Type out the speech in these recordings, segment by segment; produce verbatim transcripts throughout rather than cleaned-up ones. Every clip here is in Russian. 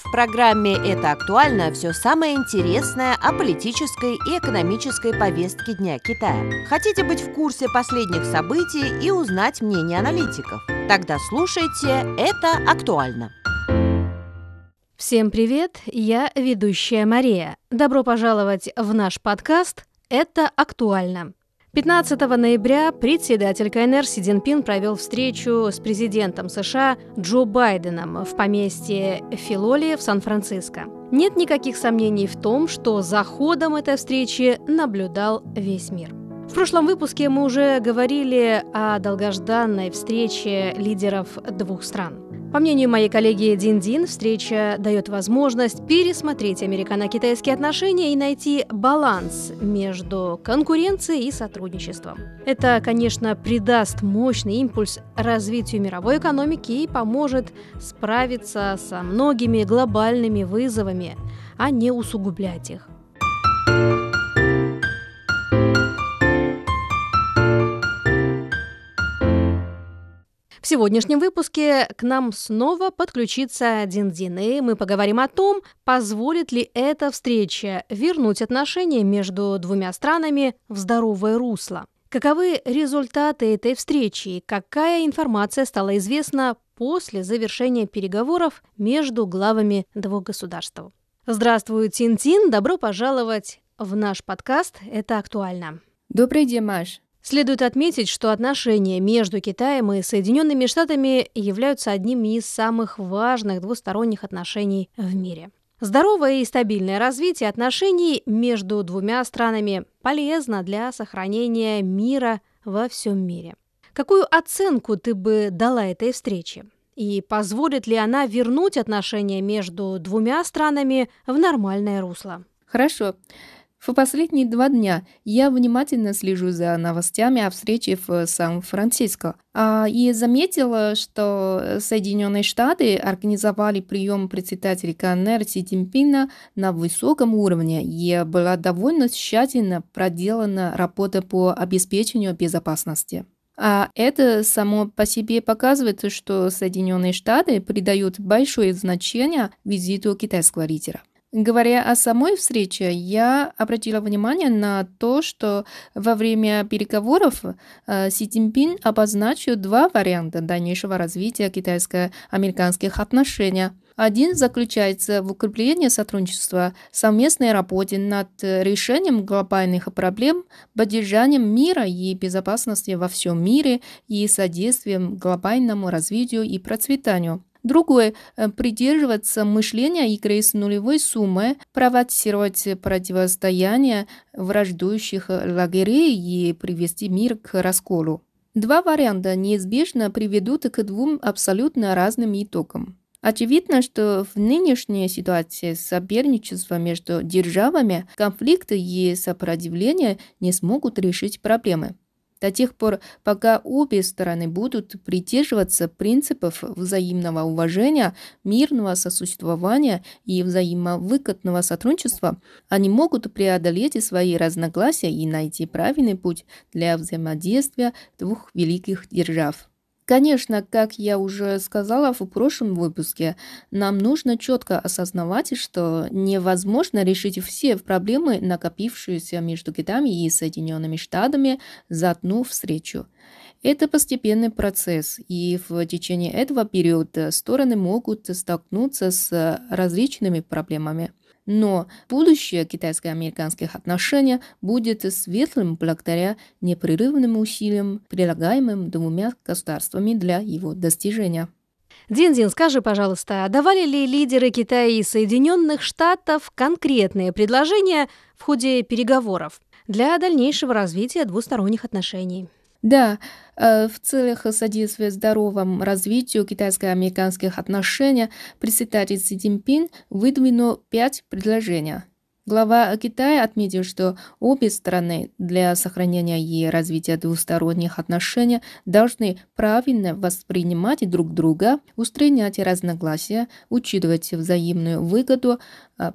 В программе «Это актуально» все самое интересное о политической и экономической повестке Дня Китая. Хотите быть в курсе последних событий и узнать мнение аналитиков? Тогда слушайте «Это актуально». Всем привет, я ведущая Мария. Добро пожаловать в наш подкаст «Это актуально». пятнадцатого ноября председатель КНР Си Цзиньпин провел встречу с президентом США Джо Байденом в поместье Филоли в Сан-Франциско. Нет никаких сомнений в том, что за ходом этой встречи наблюдал весь мир. В прошлом выпуске мы уже говорили о долгожданной встрече лидеров двух стран. По мнению моей коллеги Дин-Дин, встреча дает возможность пересмотреть американо-китайские отношения и найти баланс между конкуренцией и сотрудничеством. Это, конечно, придаст мощный импульс развитию мировой экономики и поможет справиться со многими глобальными вызовами, а не усугублять их. В сегодняшнем выпуске к нам снова подключится Дин-Дин, и мы поговорим о том, позволит ли эта встреча вернуть отношения между двумя странами в здоровое русло. Каковы результаты этой встречи и какая информация стала известна после завершения переговоров между главами двух государств? Здравствуй, Тин-Тин, добро пожаловать в наш подкаст «Это актуально». Добрый день, Маш. Следует отметить, что отношения между Китаем и Соединенными Штатами являются одними из самых важных двусторонних отношений в мире. Здоровое и стабильное развитие отношений между двумя странами полезно для сохранения мира во всем мире. Какую оценку ты бы дала этой встрече? И позволит ли она вернуть отношения между двумя странами в нормальное русло? Хорошо. В последние два дня я внимательно слежу за новостями о встрече в Сан-Франциско и заметила, что Соединенные Штаты организовали прием председателя КНР Си Цзиньпина на высоком уровне, и была довольно тщательно проделана работа по обеспечению безопасности. А это само по себе показывает, что Соединенные Штаты придают большое значение визиту китайского лидера. Говоря о самой встрече, я обратила внимание на то, что во время переговоров Си Цзиньпин обозначил два варианта дальнейшего развития китайско-американских отношений. Один заключается в укреплении сотрудничества, совместной работе над решением глобальных проблем, поддержанием мира и безопасности во всем мире и содействием глобальному развитию и процветанию. Другой – придерживаться мышления игры с нулевой суммой, провоцировать противостояние враждующих лагерей и привести мир к расколу. Два варианта неизбежно приведут к двум абсолютно разным итогам. Очевидно, что в нынешней ситуации соперничества между державами, конфликты и сопротивление не смогут решить проблемы. До тех пор, пока обе стороны будут придерживаться принципов взаимного уважения, мирного сосуществования и взаимовыгодного сотрудничества, они могут преодолеть свои разногласия и найти правильный путь для взаимодействия двух великих держав. Конечно, как я уже сказала в прошлом выпуске, нам нужно четко осознавать, что невозможно решить все проблемы, накопившиеся между Китаем и Соединенными Штатами, за одну встречу. Это постепенный процесс, и в течение этого периода стороны могут столкнуться с различными проблемами. Но будущее китайско-американских отношений будет светлым благодаря непрерывным усилиям, прилагаемым двумя государствами для его достижения. Дин-Дин, скажи, пожалуйста, давали ли лидеры Китая и Соединенных Штатов конкретные предложения в ходе переговоров для дальнейшего развития двусторонних отношений? Да, в целях содействия здоровому развитию китайско-американских отношений председатель Си Цзиньпин выдвинул пять предложений. Глава Китая отметил, что обе стороны для сохранения и развития двусторонних отношений должны правильно воспринимать друг друга, устранять разногласия, учитывать взаимную выгоду,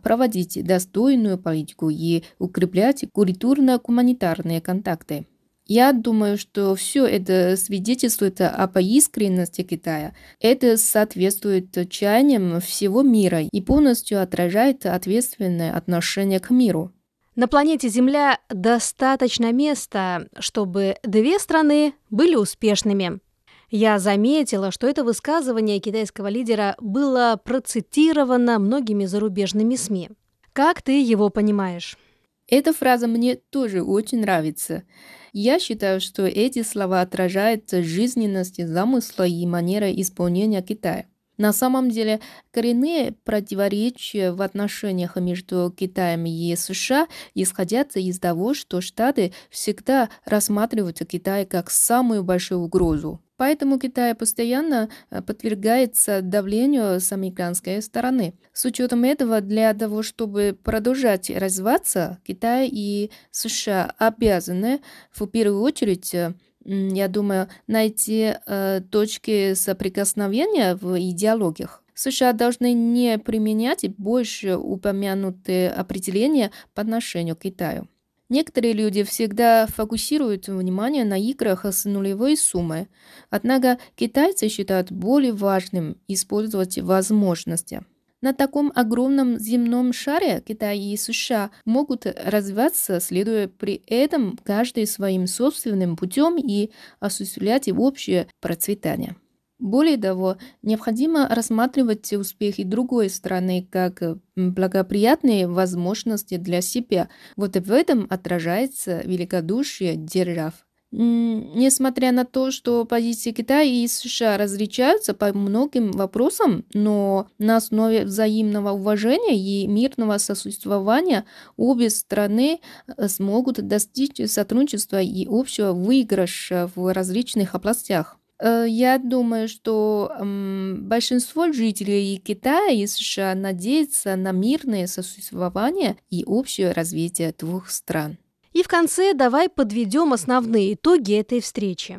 проводить достойную политику и укреплять культурно-гуманитарные контакты. Я думаю, что все это свидетельствует об искренности Китая. Это соответствует чаяниям всего мира и полностью отражает ответственное отношение к миру. На планете Земля достаточно места, чтобы две страны были успешными. Я заметила, что это высказывание китайского лидера было процитировано многими зарубежными СМИ. Как ты его понимаешь? Эта фраза мне тоже очень нравится. Я считаю, что эти слова отражают жизненность замысла и манеры исполнения Китая. На самом деле, коренные противоречия в отношениях между Китаем и США исходят из того, что Штаты всегда рассматривают Китай как самую большую угрозу. Поэтому Китай постоянно подвергается давлению с американской стороны. С учетом этого, для того, чтобы продолжать развиваться, Китай и США обязаны в первую очередь, я думаю, найти э, точки соприкосновения в идеологиях. США должны не применять больше упомянутые определения по отношению к Китаю. Некоторые люди всегда фокусируют внимание на играх с нулевой суммой, однако китайцы считают более важным использовать возможности. На таком огромном земном шаре Китай и США могут развиваться, следуя при этом каждый своим собственным путем и осуществлять общее процветание. Более того, необходимо рассматривать успехи другой страны как благоприятные возможности для себя. Вот в этом отражается великодушие держав. Несмотря на то, что позиции Китая и США различаются по многим вопросам, но на основе взаимного уважения и мирного сосуществования обе страны смогут достичь сотрудничества и общего выигрыша в различных областях. Я думаю, что м, большинство жителей Китая и США надеются на мирное сосуществование и общее развитие двух стран. И в конце давай подведем основные итоги этой встречи.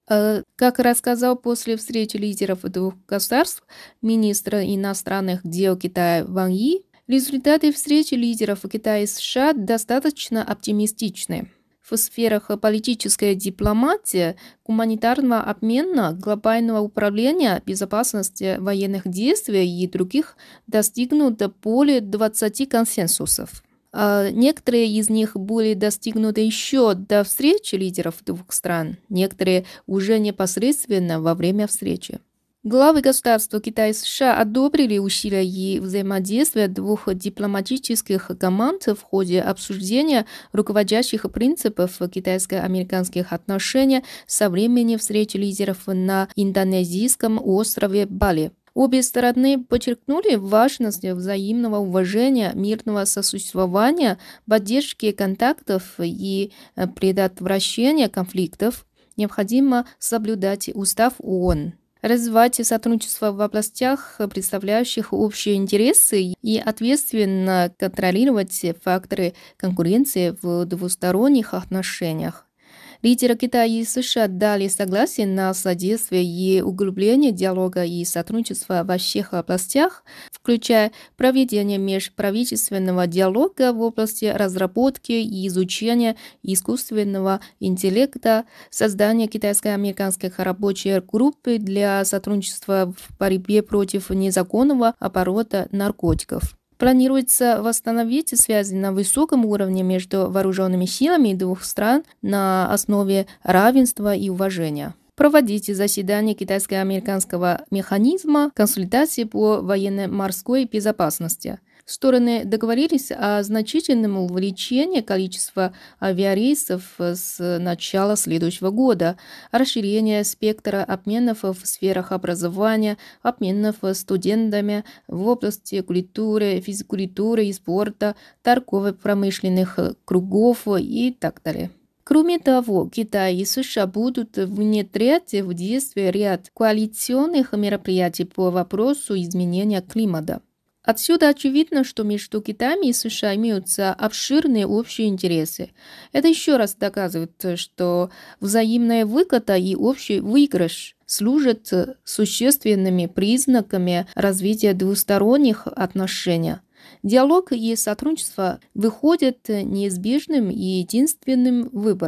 Как рассказал после встречи лидеров двух государств министр иностранных дел Китая Ван Yi, результаты встречи лидеров Китая и США достаточно оптимистичны. В сферах политической дипломатии, гуманитарного обмена, глобального управления, безопасности военных действий и других достигнуто более двадцати консенсусов. Некоторые из них были достигнуты еще до встречи лидеров двух стран, некоторые уже непосредственно во время встречи. Главы государства Китая и США одобрили усилия и взаимодействия двух дипломатических команд в ходе обсуждения руководящих принципов китайско-американских отношений со времени встречи лидеров на индонезийском острове Бали. Обе стороны подчеркнули важность взаимного уважения, мирного сосуществования, поддержки контактов и предотвращения конфликтов. Необходимо соблюдать устав ООН. Развивать сотрудничество в областях, представляющих общие интересы, и ответственно контролировать факторы конкуренции в двусторонних отношениях. Лидеры Китая и США дали согласие на содействие и углубление диалога и сотрудничества во всех областях, включая проведение межправительственного диалога в области разработки и изучения искусственного интеллекта, создание китайско-американской рабочей группы для сотрудничества в борьбе против незаконного оборота наркотиков. Планируется восстановить связи на высоком уровне между вооруженными силами двух стран на основе равенства и уважения. Проводить заседания китайско-американского механизма консультаций по военно-морской безопасности. Стороны договорились о значительном увеличении количества авиарейсов с начала следующего года, расширении спектра обменов в сферах образования, обменов студентами в области культуры, физкультуры и спорта, торгово-промышленных кругов и так далее. Кроме того, Китай и США будут внедрять в действие ряд коалиционных мероприятий по вопросу изменения климата. Отсюда очевидно, что между Китаем и США имеются обширные общие интересы. Это еще раз доказывает, что взаимная выгода и общий выигрыш служат существенными признаками развития двусторонних отношений. Диалог и сотрудничество выходят неизбежным и единственным выбором.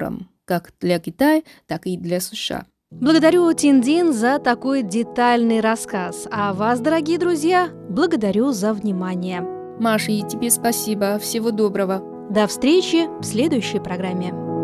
как для Китая, так и для США. Благодарю Тиндин за такой детальный рассказ. А вас, дорогие друзья, благодарю за внимание. Маша, и тебе спасибо. Всего доброго. До встречи в следующей программе.